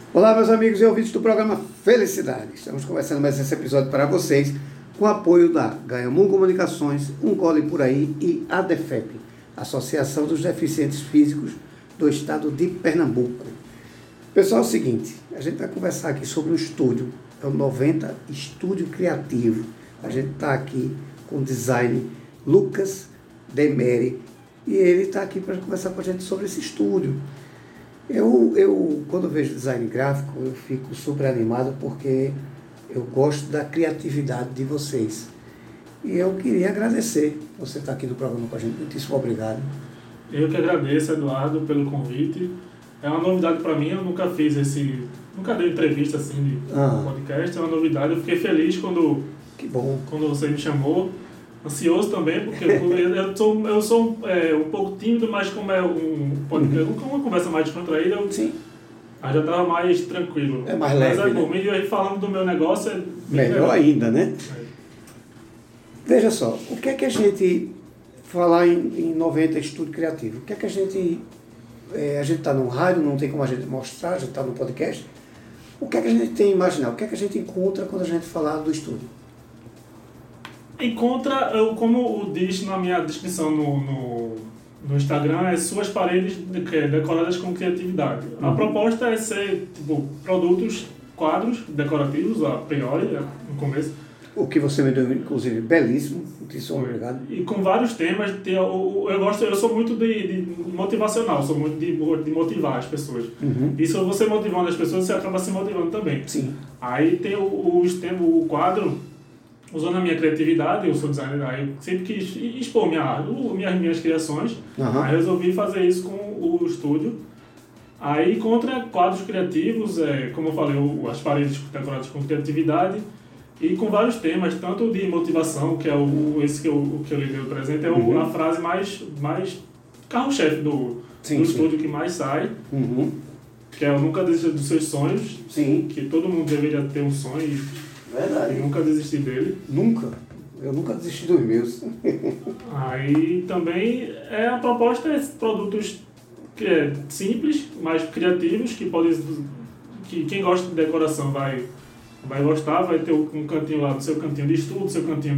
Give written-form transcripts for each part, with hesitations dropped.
Olá, meus amigos e ouvintes do programa Felicidade. Estamos começando mais esse episódio para vocês com o apoio da Ganhamun Comunicações, Cole por Aí e a ADEFEP, Associação dos Deficientes Físicos do Estado de Pernambuco. Pessoal, é o seguinte, a gente vai conversar aqui sobre um estúdio, é o 90 Estúdio Criativo. A gente está aqui com o design Lucas Demeri e ele está aqui para conversar com a gente sobre esse estúdio. Eu quando vejo design gráfico, eu fico super animado porque eu gosto da criatividade de vocês. E eu queria agradecer você estar aqui no programa com a gente. Muitíssimo obrigado. Eu que agradeço, Eduardo, pelo convite. É uma novidade para mim, eu nunca dei entrevista assim de podcast, é uma novidade. Eu fiquei feliz quando você me chamou. Ansioso também, porque eu sou um pouco tímido, mas como é um podcast, uma conversa mais descontraída, eu já estava mais tranquilo. É mais leve, mas bom, e aí falando do meu negócio é melhor ainda, né? Veja só, o que é que a gente falar em 90 Estúdio Criativo? O que é que a gente está no rádio, não tem como a gente mostrar, a gente está no podcast. O que é que a gente tem a imaginar? O que é que a gente encontra quando a gente falar do estúdio? Encontra, como diz na minha descrição no Instagram, suas paredes decoradas com criatividade. A proposta é ser produtos, quadros decorativos, a priori, no começo. O que você me deu, inclusive, belíssimo. Muito obrigado. E com vários temas. Eu sou muito de motivacional, sou muito de motivar as pessoas. E se você motivando as pessoas, você acaba se motivando também. Sim. Aí tem o quadro. Usando a minha criatividade, eu sou designer, aí eu sempre quis expor minhas criações, aí resolvi fazer isso com o estúdio. Aí contra quadros criativos, como eu falei, as paredes decoradas com criatividade e com vários temas, tanto de motivação, que é esse que eu lhe dei o presente, é a frase mais carro-chefe do estúdio que mais sai, que é o nunca desista dos seus sonhos, que todo mundo deveria ter um sonho. Verdade. E nunca desisti dele. Nunca. Eu nunca desisti dos meus. Aí também a proposta é produtos simples, mas criativos, que quem gosta de decoração vai gostar, vai ter um cantinho lá, do seu cantinho de estudo, seu cantinho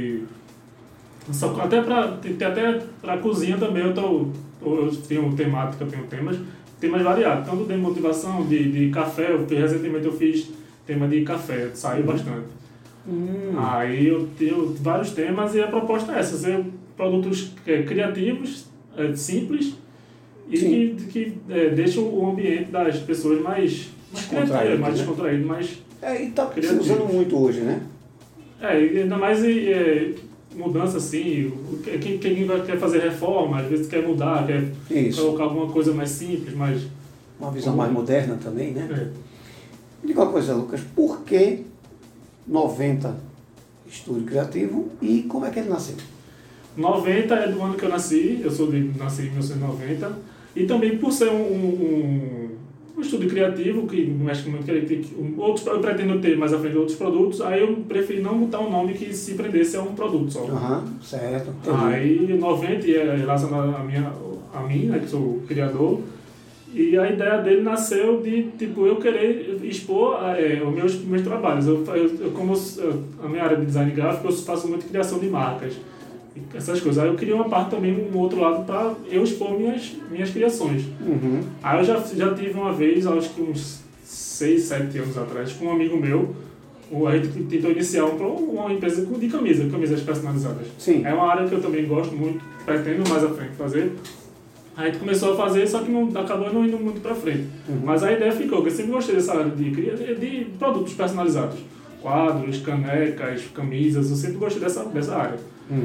até para cozinha também eu tenho temática, tenho temas variados, tanto de motivação, de café, recentemente eu fiz tema de café, saiu bastante. Aí eu tenho vários temas e a proposta é essa, ser produtos criativos, simples e que deixam o ambiente das pessoas mais criativo, mais descontraído, mais e está se usando muito hoje, né? Ainda mais mudança assim, quem quer fazer reforma, às vezes quer mudar, quer colocar alguma coisa mais simples, uma visão mais moderna também, né? Me diga uma coisa, Lucas, por que 90 Estúdio Criativo e como é que ele nasceu? 90 é do ano que eu nasci, nasci em 1990, e também por ser um estúdio criativo, que mexe muito, eu pretendo ter mais à frente outros produtos, aí eu preferi não botar um nome que se prendesse a um produto só. Certo. Aí 90 é relacionado a mim, né, que sou o criador. E a ideia dele nasceu de, eu querer expor os meus trabalhos. Como a minha área de design gráfico, eu faço muito criação de marcas, essas coisas. Aí eu queria uma parte também, um outro lado, para eu expor minhas criações. Aí eu já tive uma vez, acho que uns 6, 7 anos atrás, com um amigo meu, a gente tentou iniciar uma empresa de camisas personalizadas. Sim. É uma área que eu também gosto muito, pretendo mais à frente fazer. A gente começou a fazer, só que acabou não indo muito pra frente. Mas a ideia ficou, que eu sempre gostei dessa área de produtos personalizados. Quadros, canecas, camisas, eu sempre gostei dessa área.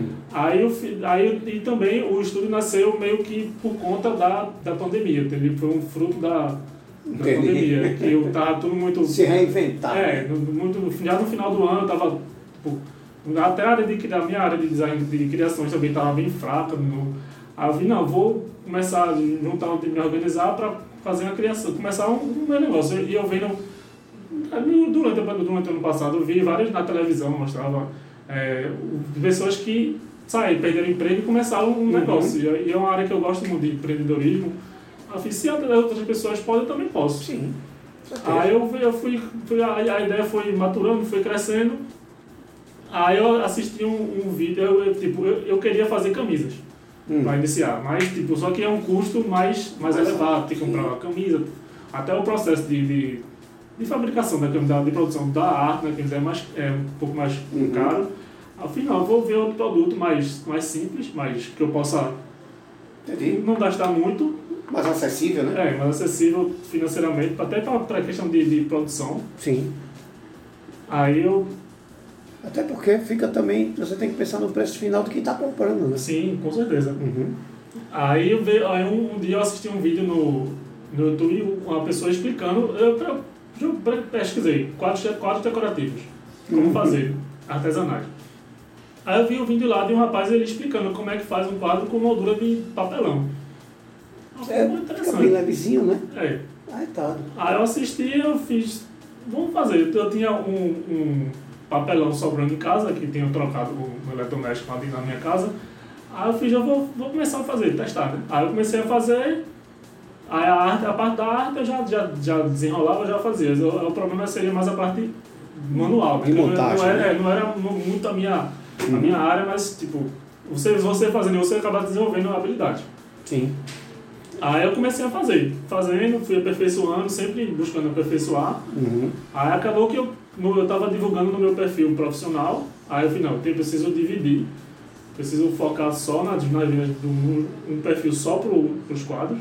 E também o estúdio nasceu meio que por conta da pandemia. Foi um fruto da pandemia, que eu tava tudo muito... Se reinventar. Já no final do ano eu tava... até a minha área de design de criações também estava bem fraca. Aí eu vi, vou começar a juntar me organizar para fazer uma criação, começar um meu negócio. E eu vendo, durante o ano passado, eu vi várias na televisão, mostrava pessoas que perderam emprego e começaram um negócio. E é uma área que eu gosto muito de empreendedorismo. Eu fiz, se outras pessoas podem, eu também posso. Sim. Aí a ideia foi maturando, foi crescendo. Aí eu assisti um vídeo, eu queria fazer camisas para iniciar, mas só que é um custo mais elevado, tem que comprar uma camisa, até o processo de fabricação da camisa, de produção da arte da camisa é um pouco mais caro. Afinal, vou ver outro produto mais simples, que eu possa não gastar muito. Mais acessível, né? Mais acessível financeiramente, até para a questão de produção. Sim. Aí eu... Até porque fica também, você tem que pensar no preço final de quem está comprando, né? Sim, com certeza. Aí um dia eu assisti um vídeo no YouTube, uma pessoa explicando, eu pesquisei quadros decorativos, como fazer, artesanais. Aí eu vi um vídeo lá de um rapaz ele explicando como é que faz um quadro com moldura de papelão. Fica bem levezinho, né? Aí eu assisti, eu fiz, vamos fazer. Eu tinha um papelão sobrando em casa, que tinha trocado o eletrodoméstico lá na minha casa. Aí eu fiz, eu vou começar a fazer, testar, né? Aí eu comecei a fazer, aí a parte da arte eu já desenrolava, já fazia. O problema seria mais a parte manual. De montagem. Não era muito a minha área, mas você fazendo, você acaba desenvolvendo a habilidade. Sim. Aí eu comecei a fazendo, fui aperfeiçoando, sempre buscando aperfeiçoar. Aí acabou que eu estava divulgando no meu perfil profissional, aí eu falei, não, eu preciso dividir, preciso focar só nas vendas um perfil só para os quadros.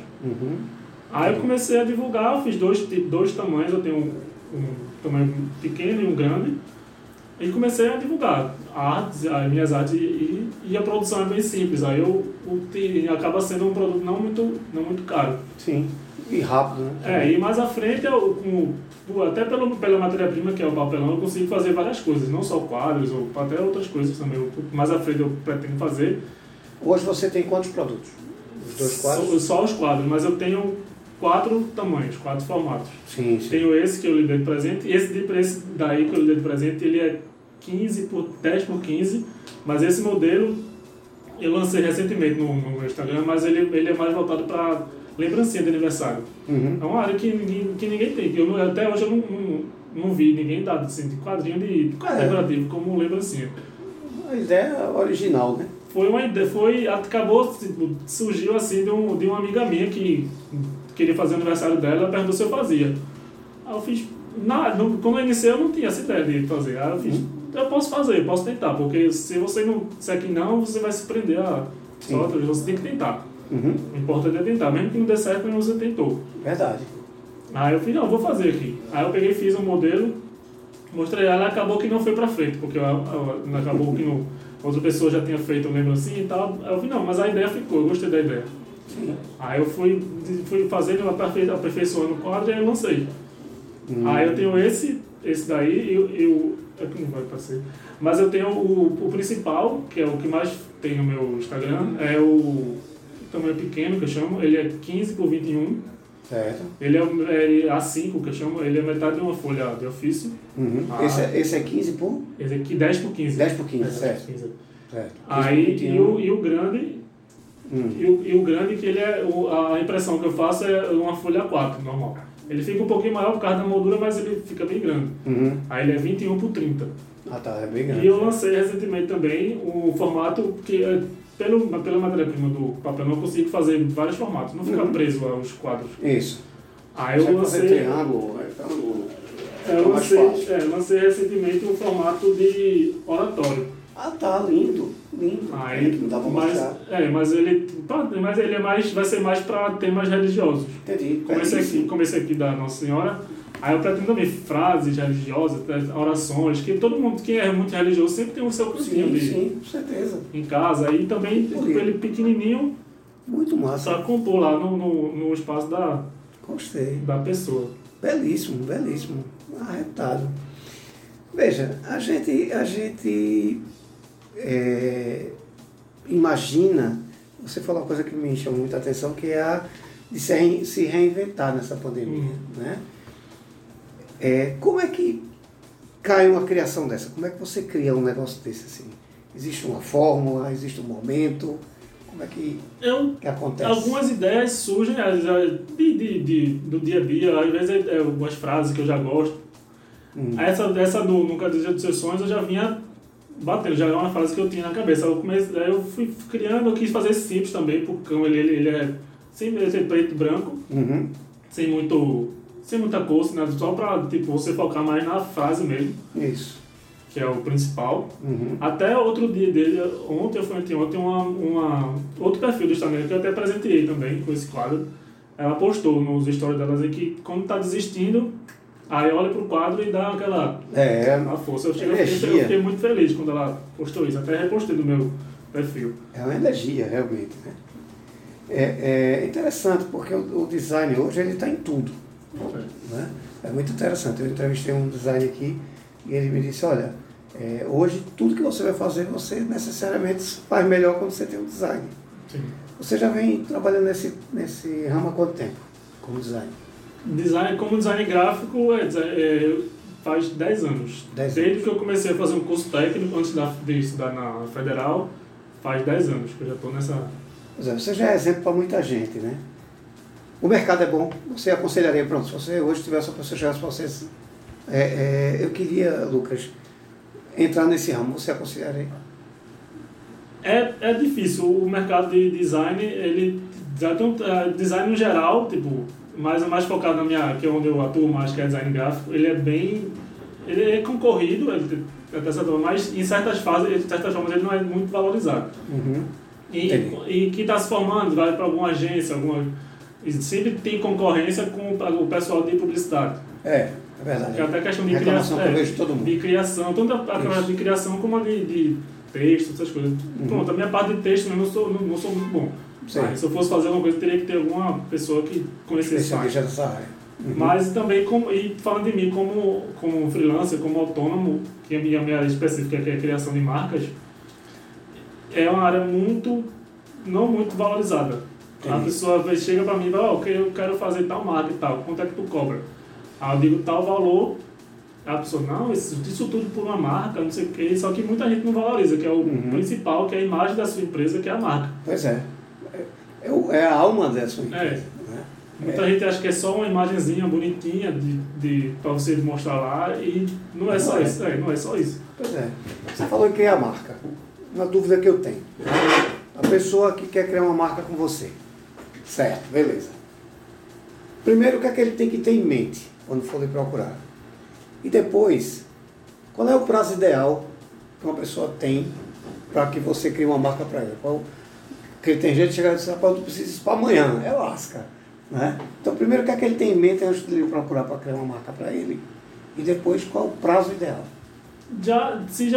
Aí eu comecei a divulgar, eu fiz dois tamanhos, eu tenho um tamanho pequeno e um grande, e comecei a divulgar as minhas artes e a produção é bem simples, aí acaba sendo um produto não muito caro. Sim, e rápido, né? E mais à frente, até pela matéria-prima que é o papelão, eu consigo fazer várias coisas, não só quadros, ou até outras coisas também. Mais à frente eu pretendo fazer. Hoje você tem quantos produtos? Os 2 quadros? Só os quadros, mas eu tenho 4 tamanhos, 4 formatos. Sim. Tenho esse que eu lhe dei de presente, e esse daí que eu lhe dei de presente, ele é 10 por 15, mas esse modelo eu lancei recentemente no meu Instagram, mas ele é mais voltado para lembrancinha de aniversário. É uma área que ninguém tem, até hoje eu não vi ninguém dar assim, de quadrinho decorativo como lembrancinha. A ideia original, né? Foi uma ideia, acabou, surgiu assim de uma amiga minha que queria fazer o aniversário dela, ela perguntou se eu fazia. Aí eu fiz, quando eu iniciei eu não tinha essa ideia de fazer, aí eu fiz, eu posso fazer, posso tentar, porque se você não disser que não, você vai se prender só você tem que tentar. O importante é tentar, mesmo que não dê certo, mas você tentou. Verdade. Aí eu fiz, não, vou fazer aqui. Aí eu peguei, fiz um modelo, mostrei ela, acabou que não foi pra frente, porque acabou que outra pessoa já tinha feito, eu lembro assim e tal. Aí eu falei, não, mas a ideia ficou, eu gostei da ideia. Aí eu fui fazendo, aperfeiçoando o quadro e aí eu lancei. Aí eu tenho esse daí, aqui não vai passar. Mas eu tenho o principal, que é o que mais tem no meu Instagram, é o tamanho pequeno, que eu chamo, ele é 15 por 21. Certo. Ele é A5, que eu chamo, ele é metade de uma folha de ofício. Esse é 15 por? Esse aqui 10 por 15. 10 por 15, certo. 15. Certo. Aí, e o grande, e o grande que ele é, a impressão que eu faço é uma folha 4, normal. Ele fica um pouquinho maior por causa da moldura, mas ele fica bem grande. Aí ele é 21 por 30. Ah, tá, é bem grande. E eu lancei recentemente também o formato que, pela matéria-prima do papel, eu consigo fazer vários formatos, não ficar preso aos quadros. Isso. Aí eu lancei... triângulo, eu lancei recentemente um formato de oratório. Ah, tá, lindo. Aí, não dá pra mostrar. Mas ele vai ser mais para temas religiosos. Entendi. Como esse aqui da Nossa Senhora. Aí eu pretendo também frases religiosas, orações, que todo mundo que é muito religioso sempre tem o seu cantinho sim, com certeza. em casa. Aí também ele pequenininho, muito massa. para compor lá no espaço Gostei. da pessoa. Belíssimo, belíssimo. Arretado. Veja, a gente imagina, você falou uma coisa que me chamou muita atenção, que é a de se reinventar nessa pandemia, né? Como é que cai uma criação dessa? Como é que você cria um negócio desse assim? Existe uma fórmula, existe um momento? Como é que acontece? Algumas ideias surgem do dia a dia, às vezes algumas frases que eu já gosto. Essa do Nunca Desista dos Seus Sonhos eu já vinha batendo, já era uma frase que eu tinha na cabeça. Aí eu fui criando, eu quis fazer simples também, porque ele é sempre preto e branco, sem muita cor, né? Só pra você focar mais na frase mesmo. Isso. Que é o principal. Até outro dia dele, ontem ou foi anteontem, outro perfil do Instagram que eu até presenteei também com esse quadro. Ela postou nos stories dela que quando tá desistindo, aí olha pro quadro e dá aquela força. Eu fiquei muito feliz quando ela postou isso, até repostei no meu perfil. É uma energia, realmente, né? É interessante, porque o design hoje ele está em tudo. Né? É muito interessante. Eu entrevistei um designer aqui e ele me disse, olha, hoje tudo que você vai fazer, você necessariamente faz melhor quando você tem um design. Sim. Você já vem trabalhando nesse ramo há quanto tempo, como design? Como design gráfico, faz 10 anos. Desde que eu comecei a fazer um curso técnico, antes de estudar na Federal, faz 10 anos que eu já estou nessa... Pois é, você já é exemplo para muita gente, né? O mercado é bom, você aconselharia, pronto, se você hoje tivesse uma pessoa que chegasse para vocês, eu queria, Lucas, entrar nesse ramo, você aconselharia? É difícil, o mercado de design, ele já tem design no geral, mais focado na minha área, que é onde eu atuo mais, que é design gráfico, ele é concorrido, mas em certas formas ele não é muito valorizado. E quem está se formando vai para alguma agência, sempre tem concorrência com o pessoal de publicidade. É verdade. É até questão de criação, tanto a de criação como a de texto, essas coisas. Pronto, a minha parte de texto eu não sou muito bom. Mas, se eu fosse fazer alguma coisa, teria que ter alguma pessoa que conhecesse mais. Dessa área. Mas também, e falando de mim como freelancer, como autônomo, que é a minha área específica, que é a criação de marcas, é uma área não muito valorizada. A pessoa chega para mim e fala, eu quero fazer tal marca e tal, quanto é que tu cobra? Aí eu digo tal valor, a pessoa, não, isso tudo por uma marca, não sei o quê, só que muita gente não valoriza, que é o principal, que é a imagem da sua empresa, que é a marca. Pois é. É a alma da sua empresa. Né? Muita gente acha que é só uma imagenzinha bonitinha para você mostrar lá e não é só isso. Não é só isso. Pois é. Você falou que é a marca. Uma dúvida que eu tenho. A pessoa que quer criar uma marca com você. Certo, beleza. Primeiro, o que é que ele tem que ter em mente quando for lhe procurar? E depois, qual é o prazo ideal que uma pessoa tem para que você crie uma marca para ela? Porque tem gente que chega e diz, rapaz, eu preciso disso para amanhã. É lasca. Né? Então, primeiro, o que é que ele tem em mente antes de lhe procurar para criar uma marca para ele? E depois, qual o prazo ideal? Já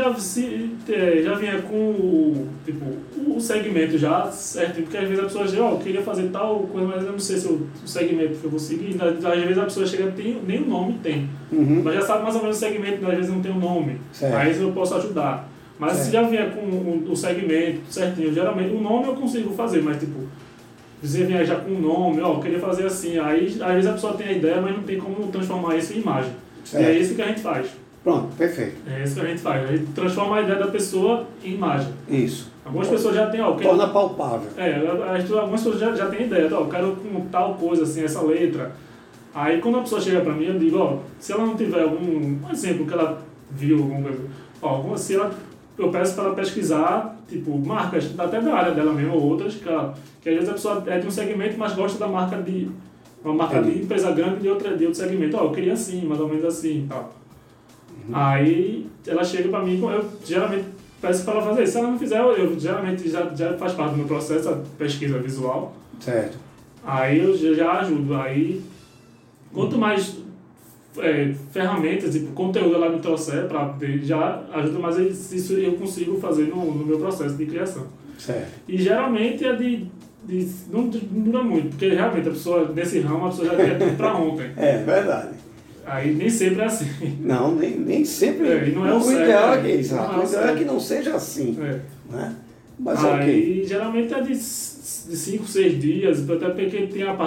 vinha com o segmento já certo, porque às vezes a pessoa diz, eu queria fazer tal coisa, mas eu não sei se o segmento que eu vou seguir. Às vezes a pessoa chega, nem o nome tem, mas já sabe mais ou menos o segmento, às vezes não tem o nome, aí eu posso ajudar. Mas se já vier com o segmento certinho, geralmente o nome eu consigo fazer, mas você vier já com o nome, eu queria fazer assim, aí às vezes a pessoa tem a ideia, mas não tem como transformar isso em imagem. E é isso que a gente faz. Pronto, perfeito. É isso que a gente faz. A gente transforma a ideia da pessoa em imagem. Isso. Algumas pessoas já têm... torna palpável. Algumas pessoas já têm ideia. Eu quero com tal coisa, assim, essa letra. Aí, quando a pessoa chega pra mim, eu digo, se ela não tiver algum exemplo que ela viu, alguma coisa... eu peço para ela pesquisar, marcas, até da área dela mesmo, ou outras, que às vezes a pessoa é de um segmento, mas gosta da marca de... uma marca de empresa grande de outro segmento. Eu queria assim, mais ou menos assim e tal. Aí ela chega para mim, eu geralmente peço para ela fazer isso. Se ela não fizer, eu geralmente já faz parte do meu processo, a pesquisa visual. Certo. Aí eu já ajudo. Aí, quanto mais ferramentas, conteúdo ela me trouxer, já ajuda mais isso eu consigo fazer no meu processo de criação. Certo. E geralmente não dura muito, porque realmente a pessoa, nesse ramo, a pessoa já quer tudo para ontem. É verdade. Aí nem sempre é assim. Não, nem sempre. E não é o certo. Ideal é que o ideal é que não seja assim. Né? Mas aí geralmente é de 5, 6 dias, até porque tem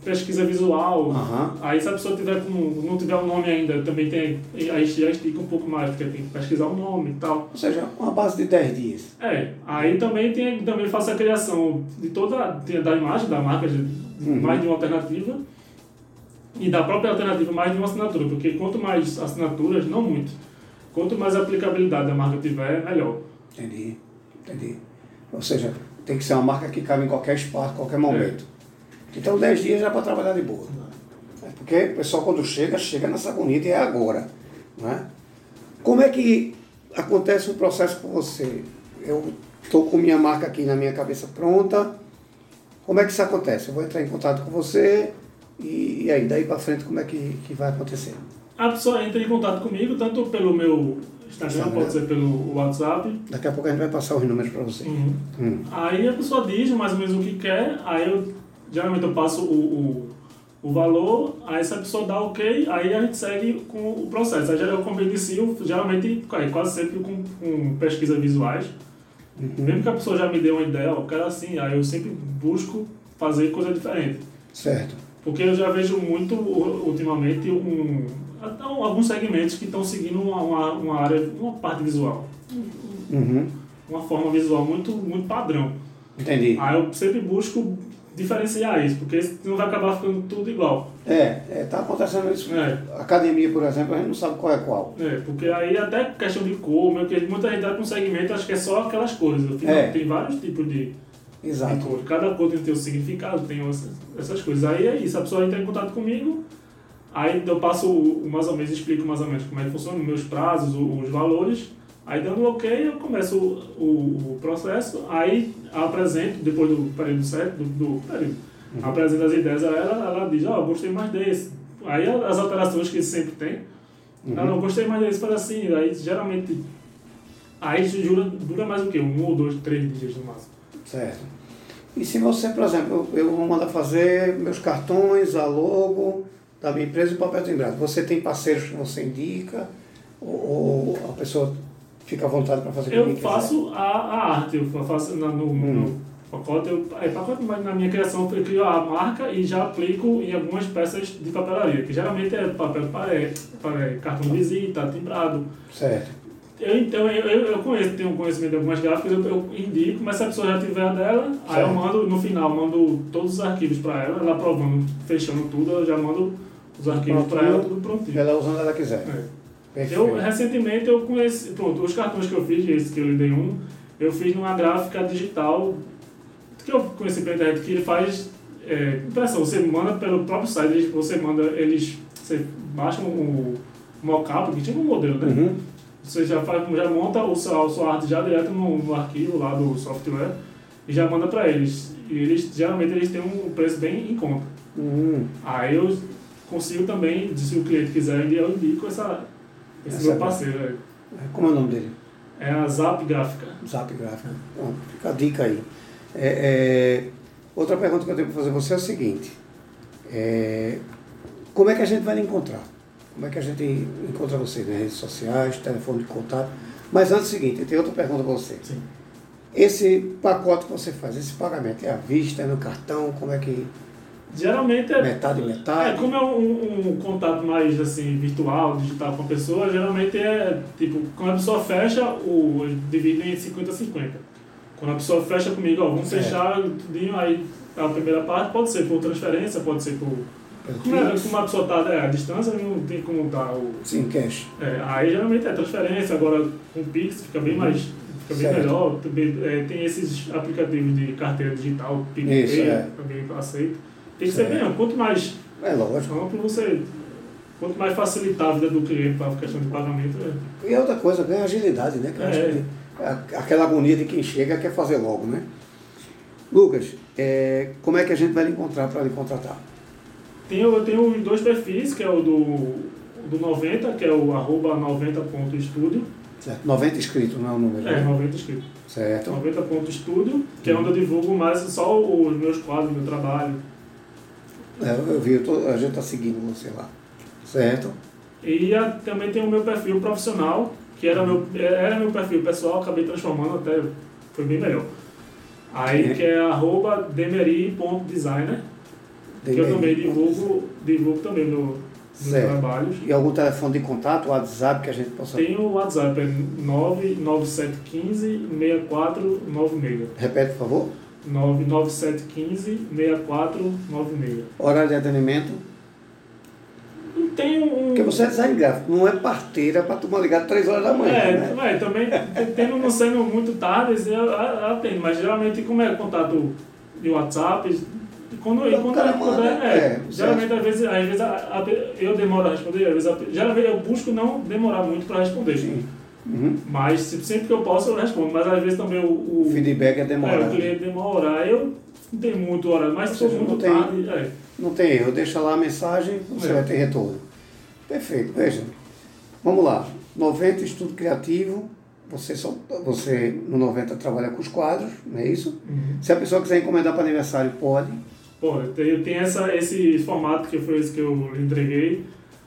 pesquisa visual. Uhum. Aí se a pessoa não tiver um nome ainda, também tem, aí já estica um pouco mais, porque tem que pesquisar o nome e tal. Ou seja, uma base de 10 dias. Aí também faço a criação de da imagem, da marca, de mais de uma alternativa, e da própria alternativa mais de uma assinatura, porque quanto mais assinaturas, não muito, quanto mais aplicabilidade a marca tiver, melhor. Entendi. Ou seja, tem que ser uma marca que cabe em qualquer espaço, qualquer momento. Então 10 dias já é para trabalhar de boa. Porque o pessoal quando chega nessa bonita e é agora. Não é? Como é que acontece um processo com você? Eu estou com minha marca aqui na minha cabeça pronta. Como é que isso acontece? Eu vou entrar em contato com você e aí, daí para frente, como é que vai acontecer? A pessoa entra em contato comigo, tanto pelo meu Instagram, pode ser pelo WhatsApp. Daqui a pouco a gente vai passar os números para você. Aí a pessoa diz mais ou menos o que quer, aí geralmente eu passo o valor, aí se a pessoa dá ok, aí a gente segue com o processo. Aí eu inicio, geralmente, quase sempre com pesquisas visuais. Mesmo que a pessoa já me dê uma ideia, eu quero assim, aí eu sempre busco fazer coisa diferente. Certo. Porque eu já vejo muito, ultimamente, alguns segmentos que estão seguindo uma área, uma parte visual. Uma forma visual muito padrão. Entendi. Aí eu sempre busco diferenciar isso, porque senão vai acabar ficando tudo igual. Tá acontecendo isso. Academia, por exemplo, a gente não sabe qual é qual. Porque aí até questão de cor, muita gente vai com segmento, acho que é só aquelas cores. Tem vários tipos de cor. Cada cor tem o seu significado, tem essas coisas. Aí é isso, a pessoa entra em contato comigo, aí eu passo mais ou menos, explico mais ou menos como é que funciona, meus prazos, os valores. Aí dando ok, eu começo o processo, aí apresento, depois do período certo, apresento as ideias a ela diz, gostei mais desse. Aí as alterações que sempre tem, ela não gostei mais desse, faz assim, aí geralmente, aí dura mais o quê? 1 ou 2, 3 dias no máximo. Certo. E se você, por exemplo, eu vou mandar fazer meus cartões, a logo da minha empresa e o papel timbrado, você tem parceiros que você indica, ou a pessoa fica à vontade para fazer Eu faço a arte, eu faço no pacote, mas na minha criação eu crio a marca e já aplico em algumas peças de papelaria, que geralmente é papel cartão de visita, timbrado. Certo. Então eu tenho um conhecimento de algumas gráficas, eu indico, mas se a pessoa já tiver a dela, certo. Aí eu mando, no final, mando todos os arquivos para ela aprovando, fechando tudo, eu já mando os arquivos para ela, tudo prontinho. Ela usa onde ela quiser. Recentemente eu conheci, os cartões que eu fiz, esse que eu lhe dei eu fiz numa gráfica digital, que eu conheci pela internet, que ele faz impressão, você manda pelo próprio site, você baixa um mockup, que tinha um modelo, né? Você já monta a sua arte já direto no arquivo lá do software e já manda para eles. E geralmente eles têm um preço bem em conta. Aí eu consigo também, se o cliente quiser, eu indico esse meu parceiro. Como é o nome dele? É a Zap Gráfica. Zap Gráfica. Bom, fica a dica aí. Outra pergunta que eu tenho para fazer a você é o seguinte. Como é que a gente vai lhe encontrar? Como é que a gente encontra você? Nas redes sociais, telefone de contato? Mas antes do seguinte, eu tenho outra pergunta para você. Sim. Esse pacote que você faz, esse pagamento, é à vista, é no cartão? Como é que... Geralmente metade. Como é um contato mais assim, virtual, digital com a pessoa, geralmente tipo, quando a pessoa fecha, eu divido em 50-50. Quando a pessoa fecha comigo, vamos fechar tudinho, aí a primeira parte pode ser por transferência, pode ser por... Como a pessoa está à distância, não tem como dar o... Sim, cash. Aí geralmente é transferência, agora com o Pix fica bem mais... Fica bem melhor. Também, tem esses aplicativos de carteira digital, PicPay, também aceito. Tem que ser bem, quanto mais amplo quanto mais facilitar a vida do cliente para a questão de pagamento. E outra coisa, ganha agilidade, né? Aquela agonia de quem chega quer fazer logo, né? Lucas, como é que a gente vai lhe encontrar para lhe contratar? Eu tenho 2 perfis, que é o do 90, que é o @90.studio. Certo, 90 inscritos, não é o número? 90 inscritos. Certo. 90.studio, que é onde eu divulgo mais só os meus quadros, meu trabalho. Eu vi, a gente está seguindo você lá. Certo. E também tem o meu perfil profissional, que era meu perfil pessoal, acabei transformando até, foi bem melhor. Aí que é @demeri.designer. que eu também divulgo também nos trabalhos. E algum telefone de contato, WhatsApp que a gente possa... Tem o WhatsApp, é 99715-6496. Repete, por favor. 99715-6496. Horário de atendimento? Tem Porque você é design gráfico, não é parteira para tu ligar 3 horas da manhã. Também, tendo não sendo muito tarde, eu atendo, mas geralmente como é contato de WhatsApp, geralmente às vezes eu demoro a responder, geralmente eu busco não demorar muito para responder. Sim. Uhum. Mas sempre que eu posso eu respondo, mas às vezes também o feedback é demorado. O cliente demora, eu não tenho muito horário, mas se for muito tarde... Não tem erro, deixa lá a mensagem, você vai ter retorno. Perfeito, veja. Vamos lá. 90 estudo criativo, você no 90 trabalha com os quadros, não é isso? Uhum. Se a pessoa quiser encomendar para aniversário, pode. Pode, eu tenho esse formato que foi esse que eu lhe entreguei.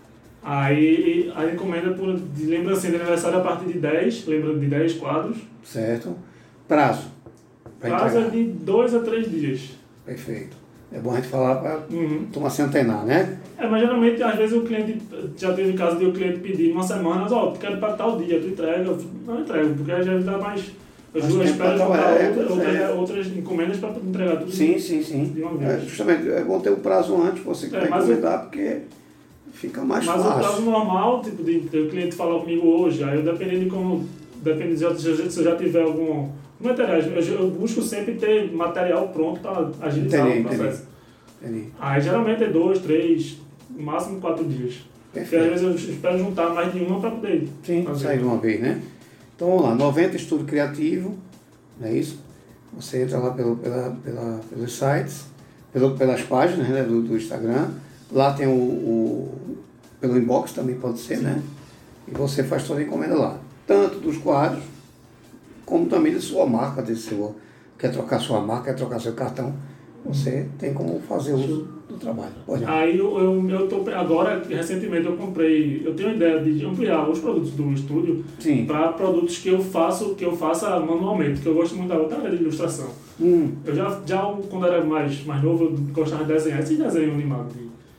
Aí a encomenda de lembrancinha de aniversário a partir de 10, lembra de 10 quadros. Certo. Prazo? Prazo é de 2 a 3 dias. Perfeito. É bom a gente falar para tomar se antenar, né? Mas geralmente, às vezes o cliente, já teve caso de o cliente pedir uma semana, quero para tal dia, tu entrega, não entrego, porque às vezes dá mais... Eu espero outras encomendas para entregar tudo sim. de uma vez. Justamente, é bom ter o prazo antes, você quer encomendar, porque fica mais fácil. Mas o prazo normal, tipo, o cliente falar comigo hoje, aí eu depende se eu já tiver algum material, eu busco sempre ter material pronto para agilizar o processo. Entendi. Aí geralmente é 2, 3, no máximo 4 dias. Perfeito. Porque às vezes eu espero juntar mais de uma para poder sair de uma vez, né? Então vamos lá, 90 estudo criativo, não é isso? Você entra lá pelos sites, pelas páginas, né, do Instagram, lá tem pelo inbox também pode ser, né? E você faz toda a encomenda lá, tanto dos quadros, como também da sua marca, quer trocar sua marca, quer trocar seu cartão, você tem como fazer uso do trabalho. Aí eu tô agora, recentemente eu tenho a ideia de ampliar os produtos do estúdio para produtos que eu faça manualmente, que eu gosto muito da área de ilustração. Eu já quando era mais novo, eu gostava de desenhar esse desenho animado.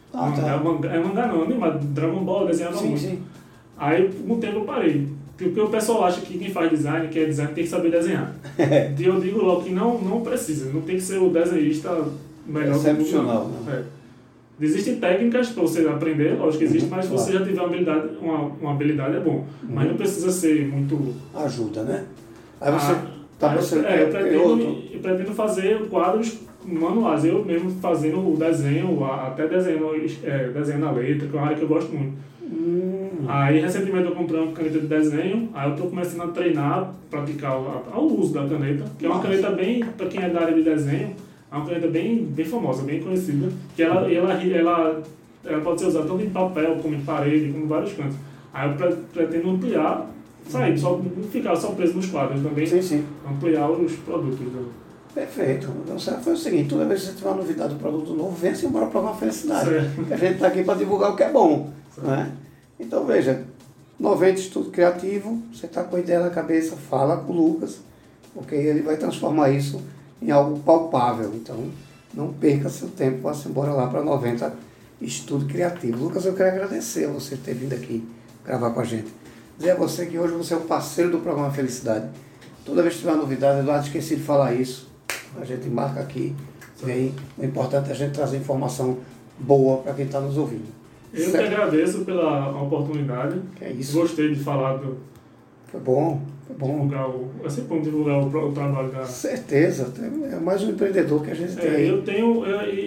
Mangá não, animado, Dragon Ball, desenhava muito. Sim. Aí, com o tempo eu parei. Porque o pessoal acha que quem faz design, quem é design, tem que saber desenhar. E eu digo logo que não precisa, não tem que ser o desenhista melhor do mundo. Excepcional. Existem técnicas para você aprender, lógico que existe, mas se você já tiver uma habilidade é bom. Mas não precisa ser muito... Ajuda, né? Aí você... eu pretendo fazer quadros manuais, eu mesmo fazendo o desenho, até desenhando a letra, que é uma área que eu gosto muito. Aí recentemente eu comprei uma caneta de desenho, aí eu estou começando a treinar, praticar o uso da caneta, que é uma caneta bem, para quem é da área de desenho, é uma caneta bem famosa, bem conhecida, que ela pode ser usada tanto em papel, como em parede, como em vários cantos. Aí eu pretendo ampliar, não ficar só preso nos quadros também, ampliar os produtos. Perfeito. Então foi o seguinte, toda vez que você tiver uma novidade do produto novo, venha-se embora para uma felicidade. A gente está aqui para divulgar o que é bom. Né? Então veja, 90 estudo criativo, você está com a ideia na cabeça, fala com o Lucas, porque ele vai transformar isso em algo palpável. Então não perca seu tempo, vá-se embora lá para 90 estudo criativo. Lucas, eu quero agradecer a você ter vindo aqui gravar com a gente. Dizer a você que hoje você é o parceiro do programa Felicidade. Toda vez que tiver uma novidade, Eduardo, esqueci de falar isso. A gente marca aqui. E aí, o importante é a gente trazer informação boa para quem está nos ouvindo. Eu que agradeço pela oportunidade. É isso. Gostei de falar Foi bom. É sempre bom divulgar o trabalho da... Certeza. É mais um empreendedor que a gente tem. Eu tenho...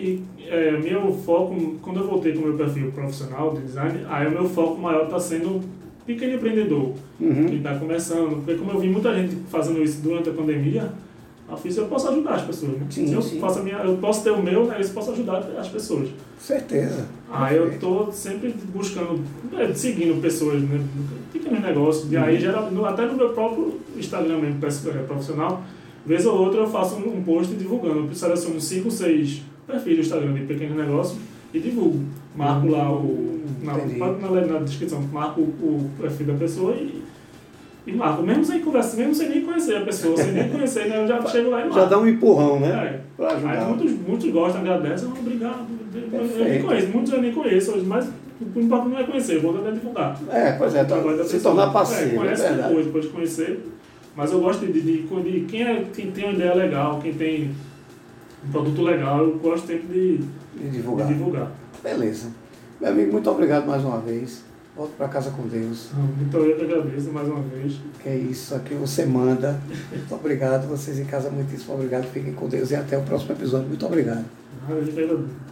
meu foco, quando eu voltei com o meu perfil profissional de design, aí o meu foco maior está sendo pequeno empreendedor, que está começando. Porque como eu vi muita gente fazendo isso durante a pandemia, eu posso ajudar as pessoas, né? Se eu posso ter o meu, né? Eu posso ajudar as pessoas. Certeza. Aí eu estou sempre buscando, seguindo pessoas, né? Pequenos negócios. E aí, até no meu próprio Instagram mesmo, profissional, vez ou outra eu faço um post divulgando. Eu seleciono 5 ou 6 perfis do Instagram de pequenos negócios e divulgo. Marco lá na descrição, marco o perfil da pessoa E marco, mesmo sem conversa, mesmo sem nem conhecer a pessoa, sem nem conhecer, né? Eu já chego lá e marco. Já dá um empurrão, né? Pra ajudar. Aí muitos gostam, agradecem, obrigado. Eu nem conheço, muitos eu nem conheço hoje, mas o importante não é conhecer, o importante é divulgar. Pois é, se tornar parceiro. Conhece depois de conhecer. Mas eu gosto de quem tem uma ideia legal, quem tem um produto legal, eu gosto sempre de divulgar. Beleza. Meu amigo, muito obrigado mais uma vez. Volto para casa com Deus. Então eu que agradeço mais uma vez. Que é isso, aqui você manda. Muito obrigado. Vocês em casa, muitíssimo obrigado. Fiquem com Deus e até o próximo episódio. Muito obrigado. Eu que agradeço.